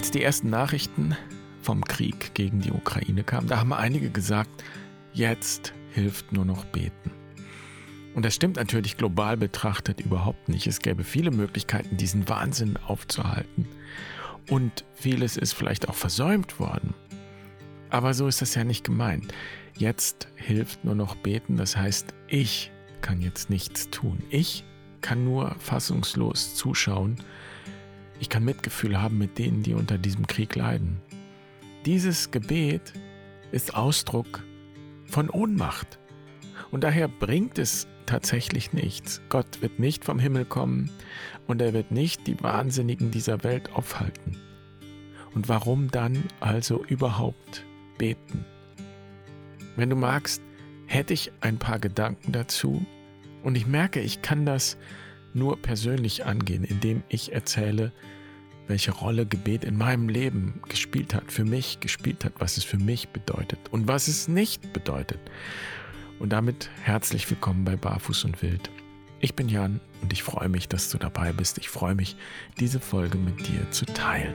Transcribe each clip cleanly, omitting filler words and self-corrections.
Als die ersten Nachrichten vom Krieg gegen die Ukraine kamen, da haben einige gesagt, jetzt hilft nur noch beten. Und das stimmt natürlich global betrachtet überhaupt nicht. Es gäbe viele Möglichkeiten, diesen Wahnsinn aufzuhalten. Und vieles ist vielleicht auch versäumt worden. Aber so ist das ja nicht gemeint. Jetzt hilft nur noch beten, das heißt, ich kann jetzt nichts tun. Ich kann nur fassungslos zuschauen. Ich kann Mitgefühl haben mit denen, die unter diesem Krieg leiden. Dieses Gebet ist Ausdruck von Ohnmacht. Und daher bringt es tatsächlich nichts. Gott wird nicht vom Himmel kommen und er wird nicht die Wahnsinnigen dieser Welt aufhalten. Und warum dann also überhaupt beten? Wenn du magst, hätte ich ein paar Gedanken dazu und ich merke, ich kann das nur persönlich angehen, indem ich erzähle, welche Rolle Gebet in meinem Leben gespielt hat, für mich gespielt hat, was es für mich bedeutet und was es nicht bedeutet. Und damit herzlich willkommen bei Barfuß und Wild. Ich bin Jan und ich freue mich, dass du dabei bist. Ich freue mich, diese Folge mit dir zu teilen.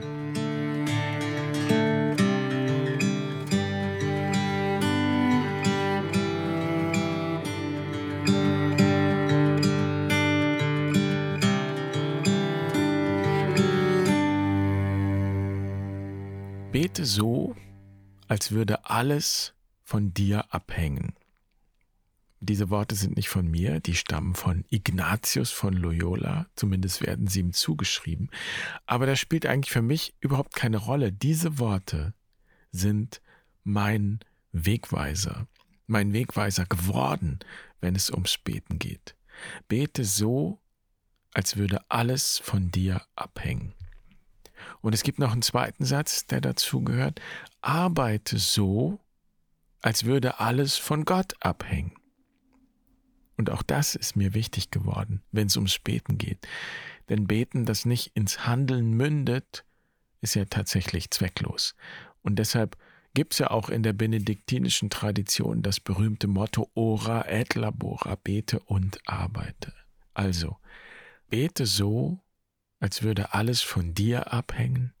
Bete so, als würde alles von dir abhängen. Diese Worte sind nicht von mir, die stammen von Ignatius von Loyola, zumindest werden sie ihm zugeschrieben. Aber das spielt eigentlich für mich überhaupt keine Rolle. Diese Worte sind mein Wegweiser geworden, wenn es ums Beten geht. Bete so, als würde alles von dir abhängen. Und es gibt noch einen zweiten Satz, der dazu gehört. Arbeite so, als würde alles von Gott abhängen. Und auch das ist mir wichtig geworden, wenn es ums Beten geht. Denn Beten, das nicht ins Handeln mündet, ist ja tatsächlich zwecklos. Und deshalb gibt es ja auch in der benediktinischen Tradition das berühmte Motto Ora et labora, bete und arbeite. Also, bete so, als würde alles von dir abhängen.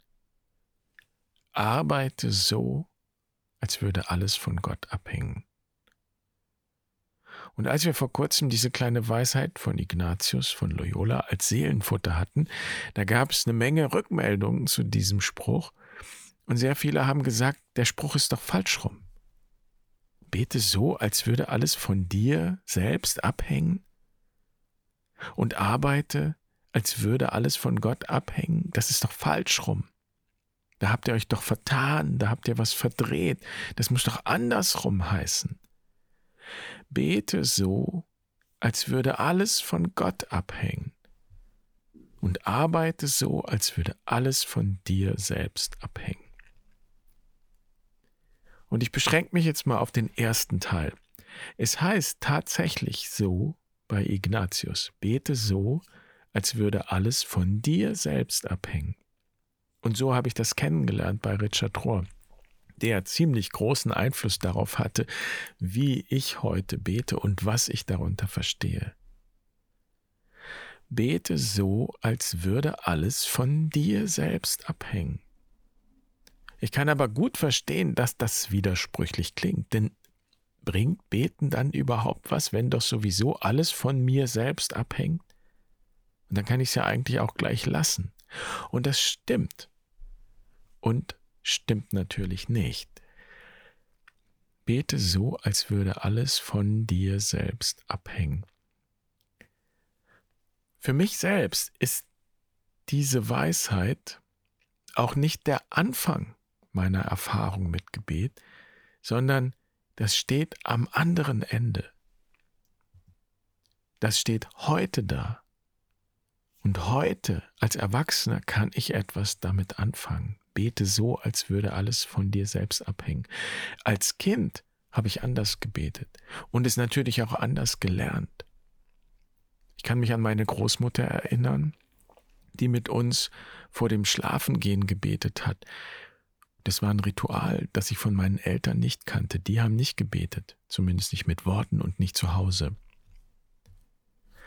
Arbeite so, als würde alles von Gott abhängen. Und als wir vor kurzem diese kleine Weisheit von Ignatius von Loyola als Seelenfutter hatten, da gab es eine Menge Rückmeldungen zu diesem Spruch. Und sehr viele haben gesagt, der Spruch ist doch falsch rum. Bete so, als würde alles von dir selbst abhängen. Und arbeite, als würde alles von Gott abhängen. Das ist doch falsch rum. Da habt ihr euch doch vertan, da habt ihr was verdreht. Das muss doch andersrum heißen. Bete so, als würde alles von Gott abhängen. Und arbeite so, als würde alles von dir selbst abhängen. Und ich beschränke mich jetzt mal auf den ersten Teil. Es heißt tatsächlich so bei Ignatius, bete so, als würde alles von dir selbst abhängen. Und so habe ich das kennengelernt bei Richard Rohr, der ziemlich großen Einfluss darauf hatte, wie ich heute bete und was ich darunter verstehe. Bete so, als würde alles von dir selbst abhängen. Ich kann aber gut verstehen, dass das widersprüchlich klingt, denn bringt Beten dann überhaupt was, wenn doch sowieso alles von mir selbst abhängt? Und dann kann ich es ja eigentlich auch gleich lassen. Und das stimmt. Und stimmt natürlich nicht. Bete so, als würde alles von dir selbst abhängen. Für mich selbst ist diese Weisheit auch nicht der Anfang meiner Erfahrung mit Gebet, sondern das steht am anderen Ende. Das steht heute da. Und heute als Erwachsener kann ich etwas damit anfangen. Bete so, als würde alles von dir selbst abhängen. Als Kind habe ich anders gebetet und es natürlich auch anders gelernt. Ich kann mich an meine Großmutter erinnern, die mit uns vor dem Schlafengehen gebetet hat. Das war ein Ritual, das ich von meinen Eltern nicht kannte. Die haben nicht gebetet, zumindest nicht mit Worten und nicht zu Hause.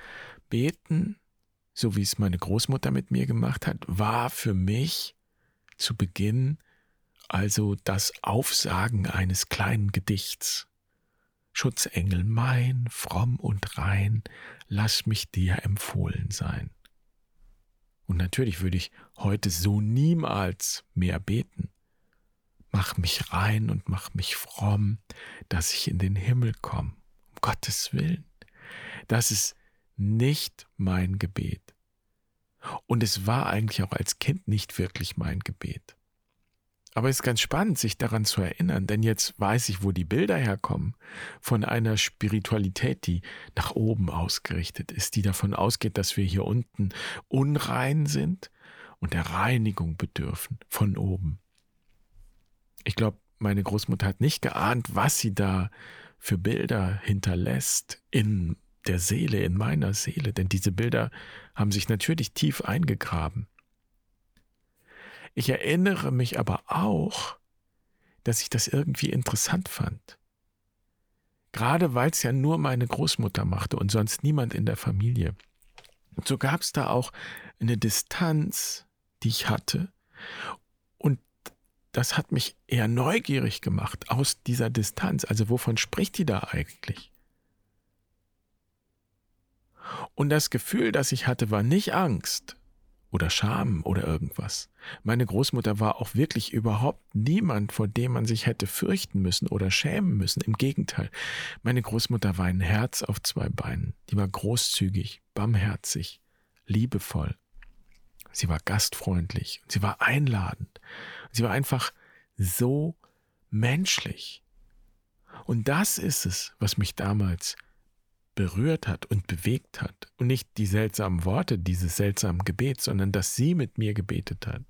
Beten, so wie es meine Großmutter mit mir gemacht hat, war für mich zu Beginn also das Aufsagen eines kleinen Gedichts. Schutzengel mein, fromm und rein, lass mich dir empfohlen sein. Und natürlich würde ich heute so niemals mehr beten. Mach mich rein und mach mich fromm, dass ich in den Himmel komme. Um Gottes Willen. Das ist nicht mein Gebet. Und es war eigentlich auch als Kind nicht wirklich mein Gebet. Aber es ist ganz spannend, sich daran zu erinnern, denn jetzt weiß ich, wo die Bilder herkommen, von einer Spiritualität, die nach oben ausgerichtet ist, die davon ausgeht, dass wir hier unten unrein sind und der Reinigung bedürfen von oben. Ich glaube, meine Großmutter hat nicht geahnt, was sie da für Bilder hinterlässt in der Seele, in meiner Seele, denn diese Bilder haben sich natürlich tief eingegraben. Ich erinnere mich aber auch, dass ich das irgendwie interessant fand. Gerade weil es ja nur meine Großmutter machte und sonst niemand in der Familie. Und so gab es da auch eine Distanz, die ich hatte. Und das hat mich eher neugierig gemacht aus dieser Distanz. Also wovon spricht die da eigentlich? Und das Gefühl, das ich hatte, war nicht Angst oder Scham oder irgendwas. Meine Großmutter war auch wirklich überhaupt niemand, vor dem man sich hätte fürchten müssen oder schämen müssen. Im Gegenteil, meine Großmutter war ein Herz auf zwei Beinen. Die war großzügig, barmherzig, liebevoll. Sie war gastfreundlich und sie war einladend. Sie war einfach so menschlich. Und das ist es, was mich damals berührt hat und bewegt hat. Und nicht die seltsamen Worte dieses seltsamen Gebets, sondern dass sie mit mir gebetet hat.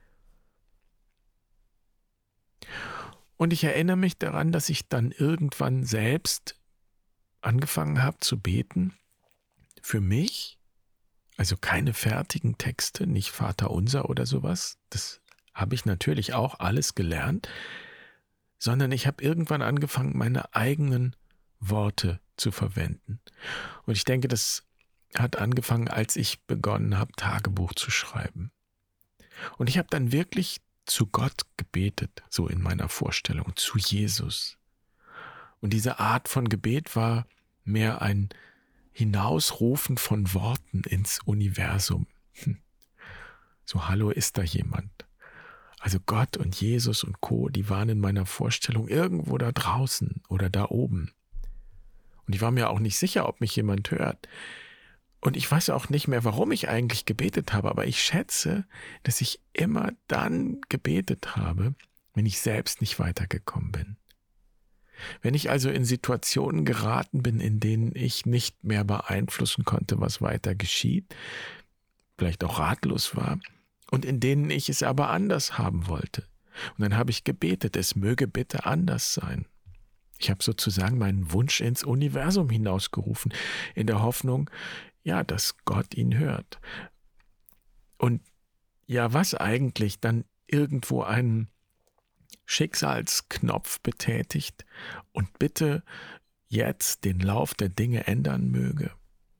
Und ich erinnere mich daran, dass ich dann irgendwann selbst angefangen habe zu beten. Für mich, also keine fertigen Texte, nicht Vaterunser oder sowas. Das habe ich natürlich auch alles gelernt. Sondern ich habe irgendwann angefangen, meine eigenen Worte zu verwenden. Und ich denke, das hat angefangen, als ich begonnen habe, Tagebuch zu schreiben. Und ich habe dann wirklich zu Gott gebetet, so in meiner Vorstellung, zu Jesus. Und diese Art von Gebet war mehr ein Hinausrufen von Worten ins Universum. So, hallo, ist da jemand? Also Gott und Jesus und Co., die waren in meiner Vorstellung irgendwo da draußen oder da oben. Und ich war mir auch nicht sicher, ob mich jemand hört. Und ich weiß auch nicht mehr, warum ich eigentlich gebetet habe, aber ich schätze, dass ich immer dann gebetet habe, wenn ich selbst nicht weitergekommen bin. Wenn ich also in Situationen geraten bin, in denen ich nicht mehr beeinflussen konnte, was weiter geschieht, vielleicht auch ratlos war, und in denen ich es aber anders haben wollte. Und dann habe ich gebetet, es möge bitte anders sein. Ich habe sozusagen meinen Wunsch ins Universum hinausgerufen, in der Hoffnung, ja, dass Gott ihn hört. Und ja, was eigentlich dann irgendwo einen Schicksalsknopf betätigt und bitte jetzt den Lauf der Dinge ändern möge.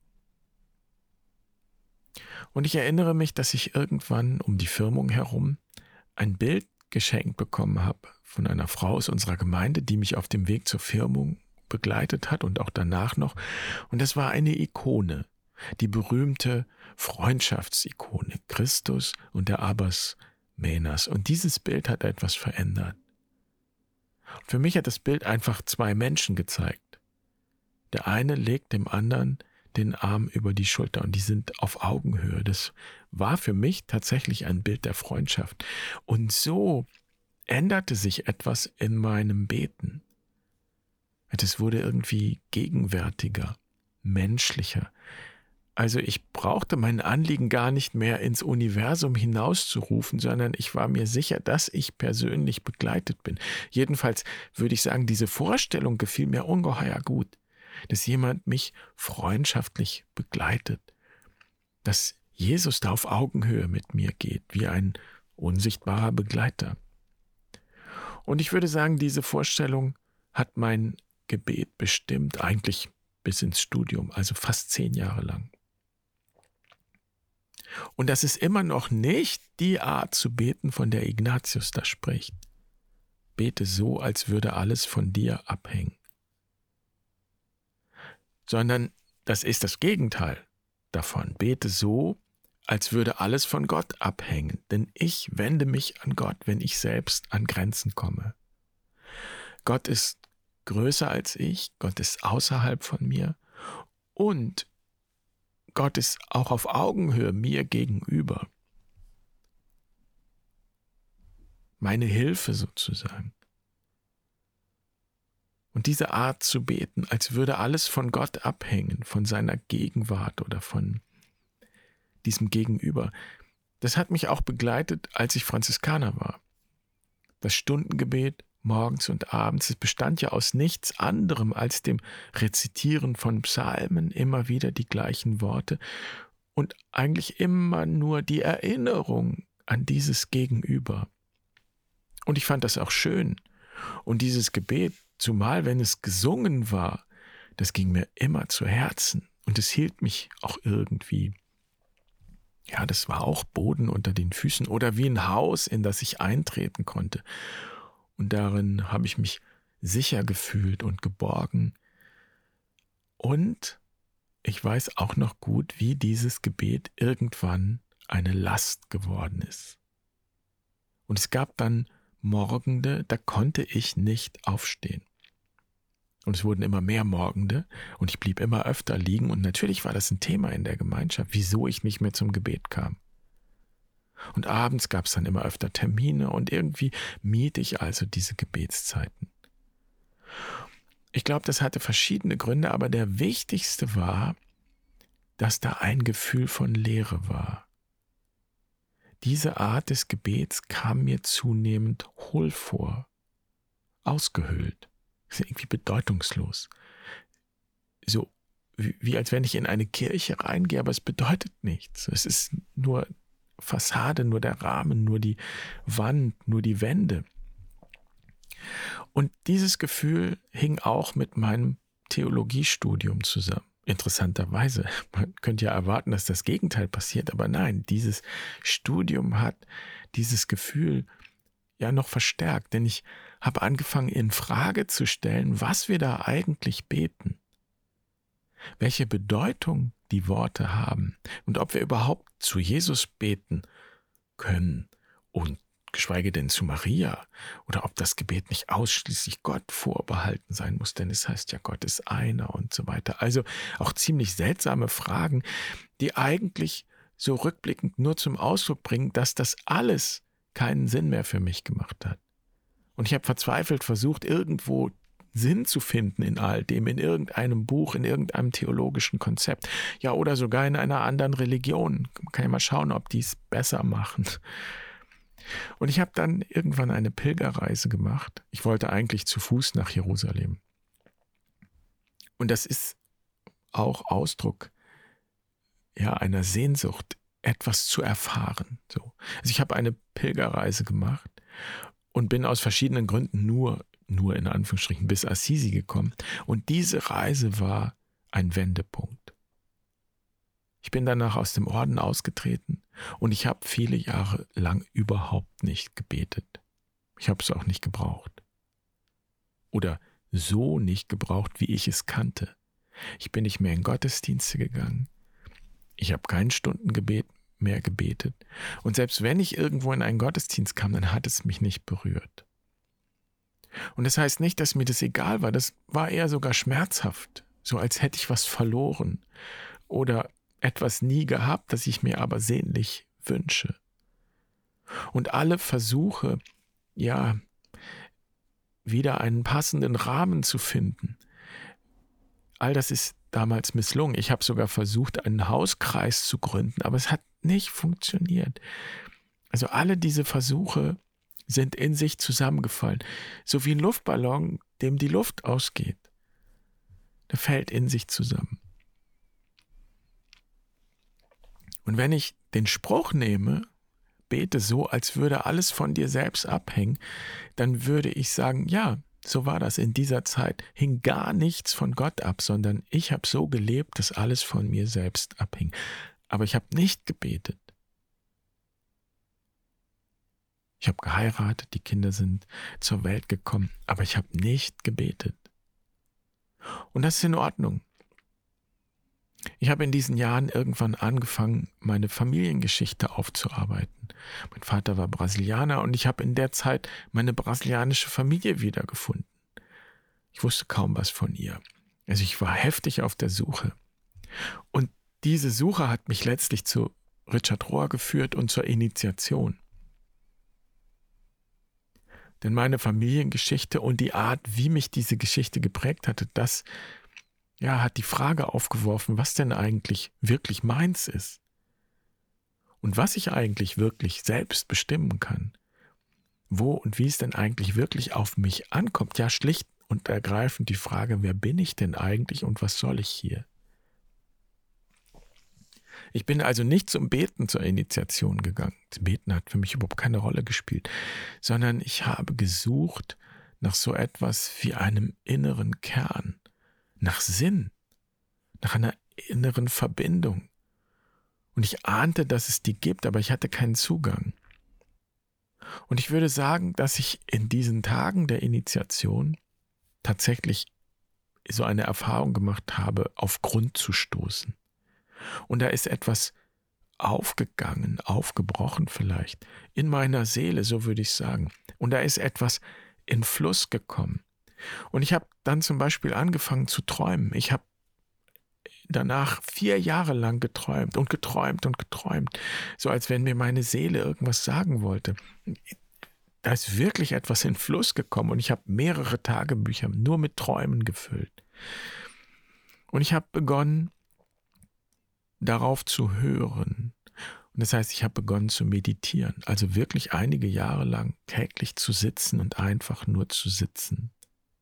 Und ich erinnere mich, dass ich irgendwann um die Firmung herum ein Bild geschenkt bekommen habe von einer Frau aus unserer Gemeinde, die mich auf dem Weg zur Firmung begleitet hat und auch danach noch. Und das war eine Ikone, die berühmte Freundschaftsikone, Christus und der Abbas Menas. Und dieses Bild hat etwas verändert. Für mich hat das Bild einfach zwei Menschen gezeigt. Der eine legt dem anderen den Arm über die Schulter und die sind auf Augenhöhe. Das war für mich tatsächlich ein Bild der Freundschaft. Und so änderte sich etwas in meinem Beten. Es wurde irgendwie gegenwärtiger, menschlicher. Also ich brauchte mein Anliegen gar nicht mehr ins Universum hinauszurufen, sondern ich war mir sicher, dass ich persönlich begleitet bin. Jedenfalls würde ich sagen, diese Vorstellung gefiel mir ungeheuer gut, dass jemand mich freundschaftlich begleitet, dass Jesus da auf Augenhöhe mit mir geht, wie ein unsichtbarer Begleiter. Und ich würde sagen, diese Vorstellung hat mein Gebet bestimmt, eigentlich bis ins Studium, also fast 10 Jahre lang. Und das ist immer noch nicht die Art zu beten, von der Ignatius da spricht. Bete so, als würde alles von dir abhängen. Sondern das ist das Gegenteil davon. Bete so, als würde alles von Gott abhängen. Denn ich wende mich an Gott, wenn ich selbst an Grenzen komme. Gott ist größer als ich, Gott ist außerhalb von mir und Gott ist auch auf Augenhöhe mir gegenüber. Meine Hilfe sozusagen. Und diese Art zu beten, als würde alles von Gott abhängen, von seiner Gegenwart oder von diesem Gegenüber, das hat mich auch begleitet, als ich Franziskaner war. Das Stundengebet morgens und abends, es bestand ja aus nichts anderem als dem Rezitieren von Psalmen, immer wieder die gleichen Worte und eigentlich immer nur die Erinnerung an dieses Gegenüber. Und ich fand das auch schön. Und dieses Gebet, zumal wenn es gesungen war, das ging mir immer zu Herzen und es hielt mich auch irgendwie. Ja, das war auch Boden unter den Füßen oder wie ein Haus, in das ich eintreten konnte. Und darin habe ich mich sicher gefühlt und geborgen. Und ich weiß auch noch gut, wie dieses Gebet irgendwann eine Last geworden ist. Und es gab dann Morgende, da konnte ich nicht aufstehen. Und es wurden immer mehr Morgende und ich blieb immer öfter liegen. Und natürlich war das ein Thema in der Gemeinschaft, wieso ich nicht mehr zum Gebet kam. Und abends gab es dann immer öfter Termine und irgendwie mied ich also diese Gebetszeiten. Ich glaube, das hatte verschiedene Gründe, aber der wichtigste war, dass da ein Gefühl von Leere war. Diese Art des Gebets kam mir zunehmend hohl vor, ausgehöhlt, irgendwie bedeutungslos. So wie als wenn ich in eine Kirche reingehe, aber es bedeutet nichts. Es ist nur Fassade, nur der Rahmen, nur die Wand, nur die Wände. Und dieses Gefühl hing auch mit meinem Theologiestudium zusammen. Interessanterweise, man könnte ja erwarten, dass das Gegenteil passiert, aber nein, dieses Studium hat dieses Gefühl ja noch verstärkt, denn ich habe angefangen, in Frage zu stellen, was wir da eigentlich beten, welche Bedeutung die Worte haben und ob wir überhaupt zu Jesus beten können und geschweige denn zu Maria oder ob das Gebet nicht ausschließlich Gott vorbehalten sein muss, denn es heißt ja, Gott ist einer und so weiter. Also auch ziemlich seltsame Fragen, die eigentlich so rückblickend nur zum Ausdruck bringen, dass das alles keinen Sinn mehr für mich gemacht hat. Und ich habe verzweifelt versucht, irgendwo Sinn zu finden in all dem, in irgendeinem Buch, in irgendeinem theologischen Konzept, ja oder sogar in einer anderen Religion. Man kann ja mal schauen, ob die es besser machen. Und ich habe dann irgendwann eine Pilgerreise gemacht. Ich wollte eigentlich zu Fuß nach Jerusalem. Und das ist auch Ausdruck einer Sehnsucht, etwas zu erfahren. So. Also ich habe eine Pilgerreise gemacht und bin aus verschiedenen Gründen nur in Anführungsstrichen bis Assisi gekommen. Und diese Reise war ein Wendepunkt. Ich bin danach aus dem Orden ausgetreten und ich habe viele Jahre lang überhaupt nicht gebetet. Ich habe es auch nicht gebraucht. Oder so nicht gebraucht, wie ich es kannte. Ich bin nicht mehr in Gottesdienste gegangen. Ich habe kein Stundengebet mehr gebetet. Und selbst wenn ich irgendwo in einen Gottesdienst kam, dann hat es mich nicht berührt. Und das heißt nicht, dass mir das egal war. Das war eher sogar schmerzhaft. So als hätte ich was verloren. Oder etwas nie gehabt, das ich mir aber sehnlich wünsche. Und alle Versuche, wieder einen passenden Rahmen zu finden, all das ist damals misslungen. Ich habe sogar versucht, einen Hauskreis zu gründen, aber es hat nicht funktioniert. Also alle diese Versuche sind in sich zusammengefallen. So wie ein Luftballon, dem die Luft ausgeht. Der fällt in sich zusammen. Und wenn ich den Spruch nehme, bete so, als würde alles von dir selbst abhängen, dann würde ich sagen, ja, so war das. In dieser Zeit hing gar nichts von Gott ab, sondern ich habe so gelebt, dass alles von mir selbst abhing. Aber ich habe nicht gebetet. Ich habe geheiratet, die Kinder sind zur Welt gekommen, aber ich habe nicht gebetet. Und das ist in Ordnung. Ich habe in diesen Jahren irgendwann angefangen, meine Familiengeschichte aufzuarbeiten. Mein Vater war Brasilianer und ich habe in der Zeit meine brasilianische Familie wiedergefunden. Ich wusste kaum was von ihr. Also ich war heftig auf der Suche. Und diese Suche hat mich letztlich zu Richard Rohr geführt und zur Initiation. Denn meine Familiengeschichte und die Art, wie mich diese Geschichte geprägt hatte, das hat die Frage aufgeworfen, was denn eigentlich wirklich meins ist. Und was ich eigentlich wirklich selbst bestimmen kann. Wo und wie es denn eigentlich wirklich auf mich ankommt. Ja, schlicht und ergreifend die Frage, wer bin ich denn eigentlich und was soll ich hier? Ich bin also nicht zum Beten zur Initiation gegangen. Das Beten hat für mich überhaupt keine Rolle gespielt, sondern ich habe gesucht nach so etwas wie einem inneren Kern, nach Sinn, nach einer inneren Verbindung. Und ich ahnte, dass es die gibt, aber ich hatte keinen Zugang. Und ich würde sagen, dass ich in diesen Tagen der Initiation tatsächlich so eine Erfahrung gemacht habe, auf Grund zu stoßen. Und da ist etwas aufgegangen, aufgebrochen vielleicht, in meiner Seele, so würde ich sagen. Und da ist etwas in Fluss gekommen. Und ich habe dann zum Beispiel angefangen zu träumen. Ich habe danach 4 Jahre lang geträumt und geträumt und geträumt, so als wenn mir meine Seele irgendwas sagen wollte. Da ist wirklich etwas in Fluss gekommen und ich habe mehrere Tagebücher nur mit Träumen gefüllt. Und ich habe begonnen, darauf zu hören. Und das heißt, ich habe begonnen zu meditieren, also wirklich einige Jahre lang täglich zu sitzen und einfach nur zu sitzen.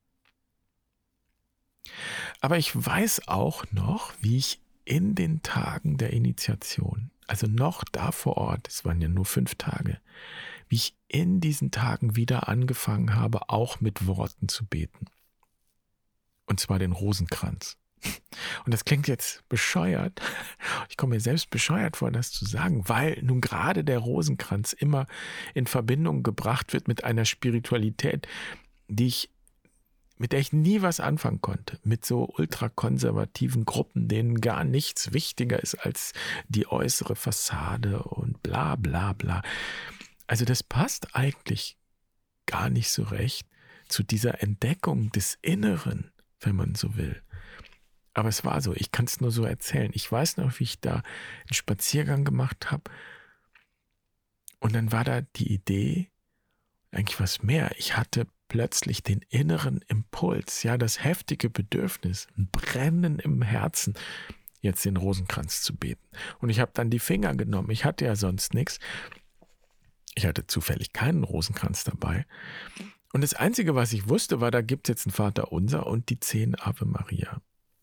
Aber ich weiß auch noch, wie ich in den Tagen der Initiation, also noch da vor Ort, es waren ja nur 5 Tage, wie ich in diesen Tagen wieder angefangen habe, auch mit Worten zu beten. Und zwar den Rosenkranz. Und das klingt jetzt bescheuert. Ich komme mir selbst bescheuert vor, das zu sagen, weil nun gerade der Rosenkranz immer in Verbindung gebracht wird mit einer Spiritualität, mit der ich nie was anfangen konnte. Mit so ultrakonservativen Gruppen, denen gar nichts wichtiger ist als die äußere Fassade und bla bla bla. Also das passt eigentlich gar nicht so recht zu dieser Entdeckung des Inneren, wenn man so will. Aber es war so, ich kann es nur so erzählen. Ich weiß noch, wie ich da einen Spaziergang gemacht habe und dann war da die Idee, eigentlich was mehr. Ich hatte plötzlich den inneren Impuls, ja, das heftige Bedürfnis, ein Brennen im Herzen, jetzt den Rosenkranz zu beten. Und ich habe dann die Finger genommen. Ich hatte ja sonst nichts. Ich hatte zufällig keinen Rosenkranz dabei. Und das Einzige, was ich wusste, war, da gibt es jetzt ein Vaterunser und die 10 Ave Maria.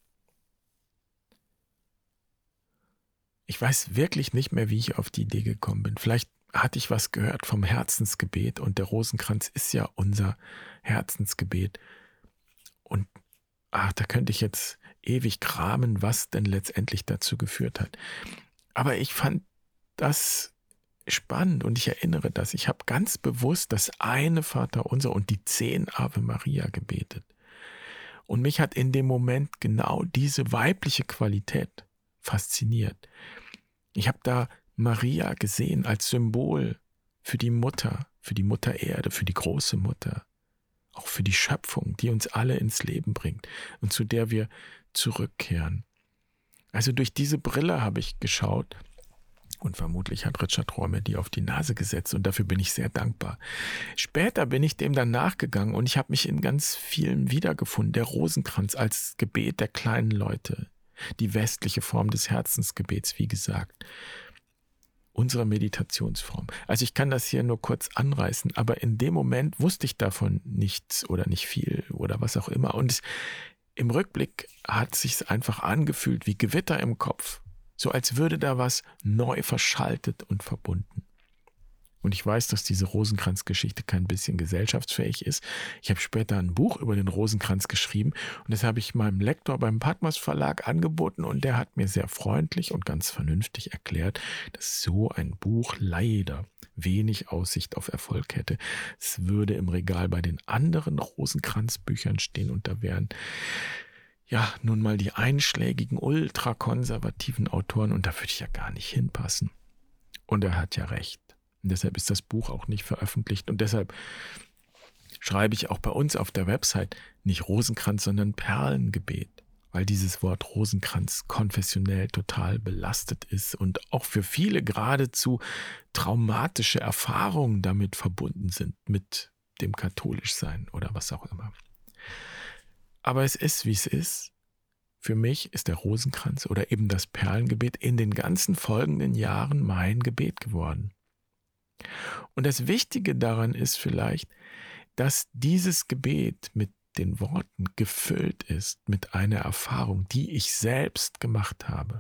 Ich weiß wirklich nicht mehr, wie ich auf die Idee gekommen bin. Vielleicht hatte ich was gehört vom Herzensgebet und der Rosenkranz ist ja unser Herzensgebet. Und da könnte ich jetzt ewig kramen, was denn letztendlich dazu geführt hat. Aber ich fand das spannend und ich erinnere das. Ich habe ganz bewusst das eine Vaterunser und die 10 Ave Maria gebetet. Und mich hat in dem Moment genau diese weibliche Qualität fasziniert. Ich habe da Maria gesehen als Symbol für die Mutter Erde, für die große Mutter, auch für die Schöpfung, die uns alle ins Leben bringt und zu der wir zurückkehren. Also durch diese Brille habe ich geschaut und vermutlich hat Richard Rohr mir die auf die Nase gesetzt und dafür bin ich sehr dankbar. Später bin ich dem dann nachgegangen und ich habe mich in ganz vielen wiedergefunden. Der Rosenkranz als Gebet der kleinen Leute, die westliche Form des Herzensgebets, wie gesagt. Unsere Meditationsform. Also ich kann das hier nur kurz anreißen, aber in dem Moment wusste ich davon nichts oder nicht viel oder was auch immer. Und im Rückblick hat es sich einfach angefühlt wie Gewitter im Kopf. So als würde da was neu verschaltet und verbunden. Und ich weiß, dass diese Rosenkranz-Geschichte kein bisschen gesellschaftsfähig ist. Ich habe später ein Buch über den Rosenkranz geschrieben und das habe ich meinem Lektor beim Patmos Verlag angeboten und der hat mir sehr freundlich und ganz vernünftig erklärt, dass so ein Buch leider wenig Aussicht auf Erfolg hätte. Es würde im Regal bei den anderen Rosenkranz-Büchern stehen und da wären ja nun mal die einschlägigen, ultrakonservativen Autoren und da würde ich ja gar nicht hinpassen. Und er hat ja recht. Und deshalb ist das Buch auch nicht veröffentlicht und deshalb schreibe ich auch bei uns auf der Website nicht Rosenkranz, sondern Perlengebet, weil dieses Wort Rosenkranz konfessionell total belastet ist und auch für viele geradezu traumatische Erfahrungen damit verbunden sind, mit dem Katholischsein oder was auch immer. Aber es ist, wie es ist. Für mich ist der Rosenkranz oder eben das Perlengebet in den ganzen folgenden Jahren mein Gebet geworden. Und das Wichtige daran ist vielleicht, dass dieses Gebet mit den Worten gefüllt ist mit einer Erfahrung, die ich selbst gemacht habe.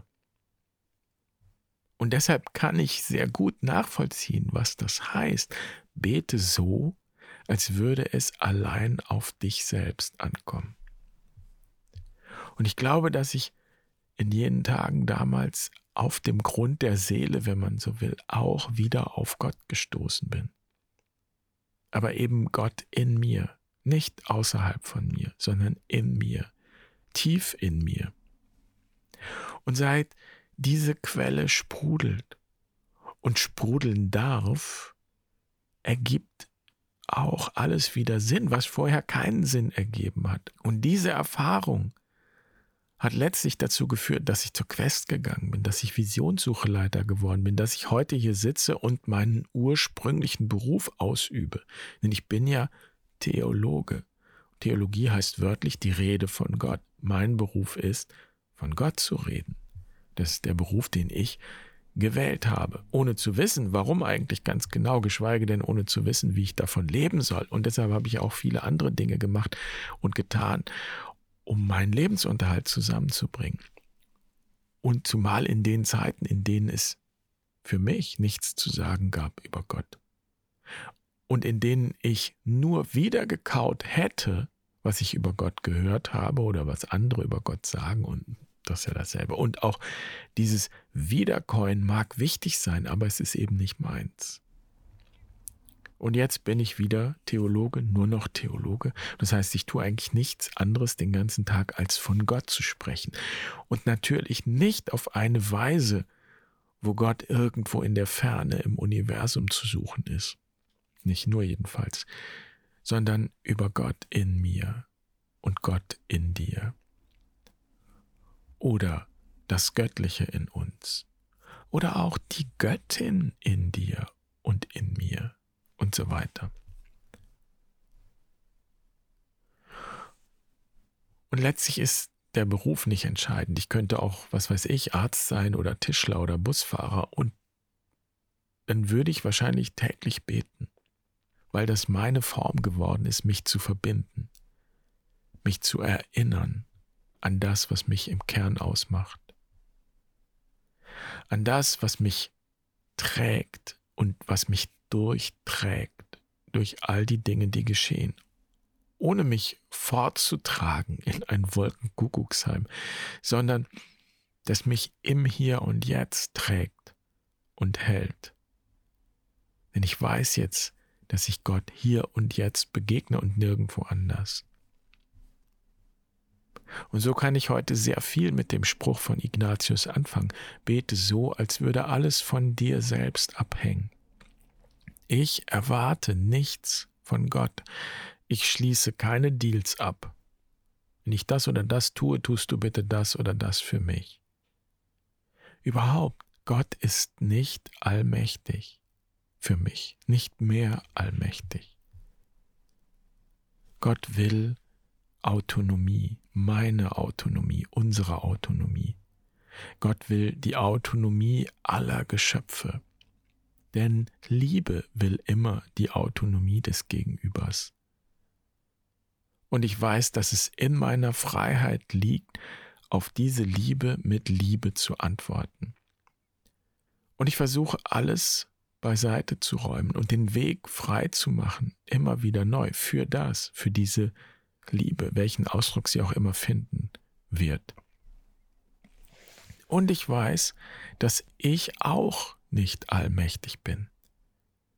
Und deshalb kann ich sehr gut nachvollziehen, was das heißt. Bete so, als würde es allein auf dich selbst ankommen. Und ich glaube, dass ich in jenen Tagen damals auf dem Grund der Seele, wenn man so will, auch wieder auf Gott gestoßen bin. Aber eben Gott in mir, nicht außerhalb von mir, sondern in mir, tief in mir. Und seit diese Quelle sprudelt und sprudeln darf, ergibt auch alles wieder Sinn, was vorher keinen Sinn ergeben hat. Und diese Erfahrung hat letztlich dazu geführt, dass ich zur Quest gegangen bin, dass ich Visionssucheleiter geworden bin, dass ich heute hier sitze und meinen ursprünglichen Beruf ausübe. Denn ich bin ja Theologe. Theologie heißt wörtlich die Rede von Gott. Mein Beruf ist, von Gott zu reden. Das ist der Beruf, den ich gewählt habe, ohne zu wissen, warum eigentlich ganz genau, geschweige denn ohne zu wissen, wie ich davon leben soll. Und deshalb habe ich auch viele andere Dinge gemacht und getan, um meinen Lebensunterhalt zusammenzubringen. Und zumal in den Zeiten, in denen es für mich nichts zu sagen gab über Gott. Und in denen ich nur wiedergekaut hätte, was ich über Gott gehört habe oder was andere über Gott sagen, und das ist ja dasselbe. Und auch dieses Wiederkäuen mag wichtig sein, aber es ist eben nicht meins. Und jetzt bin ich wieder Theologe, nur noch Theologe. Das heißt, ich tue eigentlich nichts anderes den ganzen Tag, als von Gott zu sprechen. Und natürlich nicht auf eine Weise, wo Gott irgendwo in der Ferne im Universum zu suchen ist. Nicht nur jedenfalls, sondern über Gott in mir und Gott in dir. Oder das Göttliche in uns. Oder auch die Göttin in dir und in mir. Und so weiter. Und letztlich ist der Beruf nicht entscheidend. Ich könnte auch, was weiß ich, Arzt sein oder Tischler oder Busfahrer und dann würde ich wahrscheinlich täglich beten, weil das meine Form geworden ist, mich zu verbinden, mich zu erinnern an das, was mich im Kern ausmacht, an das, was mich trägt und was mich durchträgt durch all die Dinge, die geschehen, ohne mich fortzutragen in ein Wolkenkuckucksheim, sondern das mich im Hier und Jetzt trägt und hält. Denn ich weiß jetzt, dass ich Gott hier und jetzt begegne und nirgendwo anders. Und so kann ich heute sehr viel mit dem Spruch von Ignatius anfangen. Bete so, als würde alles von dir selbst abhängen. Ich erwarte nichts von Gott. Ich schließe keine Deals ab. Wenn ich das oder das tue, tust du bitte das oder das für mich. Überhaupt, Gott ist nicht allmächtig für mich, nicht mehr allmächtig. Gott will Autonomie, meine Autonomie, unsere Autonomie. Gott will die Autonomie aller Geschöpfe. Denn Liebe will immer die Autonomie des Gegenübers. Und ich weiß, dass es in meiner Freiheit liegt, auf diese Liebe mit Liebe zu antworten. Und ich versuche alles beiseite zu räumen und den Weg frei zu machen, immer wieder neu, für diese Liebe, welchen Ausdruck sie auch immer finden wird. Und ich weiß, dass ich auch nicht allmächtig bin.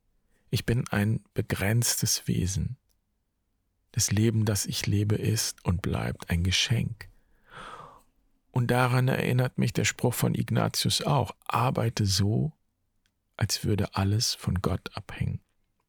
Ich bin ein begrenztes Wesen. Das Leben, das ich lebe, ist und bleibt ein Geschenk. Und daran erinnert mich der Spruch von Ignatius auch: Arbeite so, als würde alles von Gott abhängen.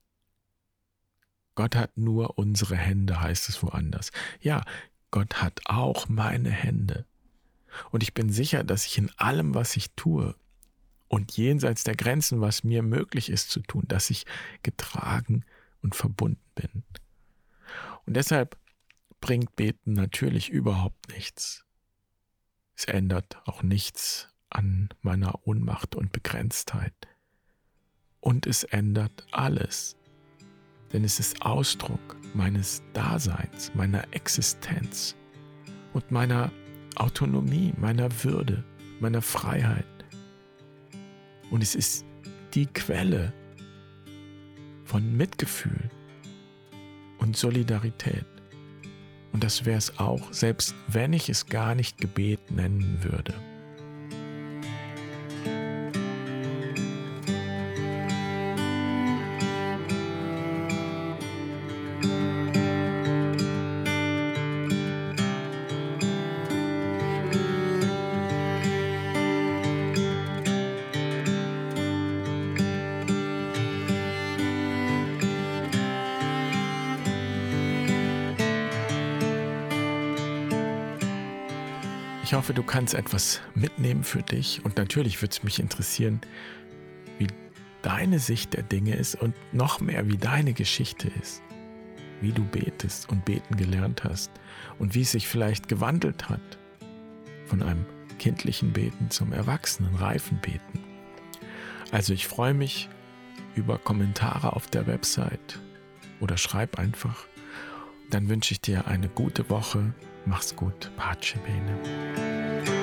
Gott hat nur unsere Hände, heißt es woanders. Ja, Gott hat auch meine Hände. Und ich bin sicher, dass ich in allem, was ich tue und jenseits der Grenzen, was mir möglich ist zu tun, dass ich getragen und verbunden bin. Und deshalb bringt Beten natürlich überhaupt nichts. Es ändert auch nichts an meiner Ohnmacht und Begrenztheit. Und es ändert alles. Denn es ist Ausdruck meines Daseins, meiner Existenz und meiner Autonomie, meiner Würde, meiner Freiheit. Und es ist die Quelle von Mitgefühl und Solidarität. Und das wäre es auch, selbst wenn ich es gar nicht Gebet nennen würde. Ich hoffe, du kannst etwas mitnehmen für dich und natürlich würde es mich interessieren, wie deine Sicht der Dinge ist und noch mehr, wie deine Geschichte ist, wie du betest und beten gelernt hast und wie es sich vielleicht gewandelt hat von einem kindlichen Beten zum erwachsenen, reifen Beten. Also ich freue mich über Kommentare auf der Website oder schreib einfach. Dann wünsche ich dir eine gute Woche. Mach's gut. Pace bene.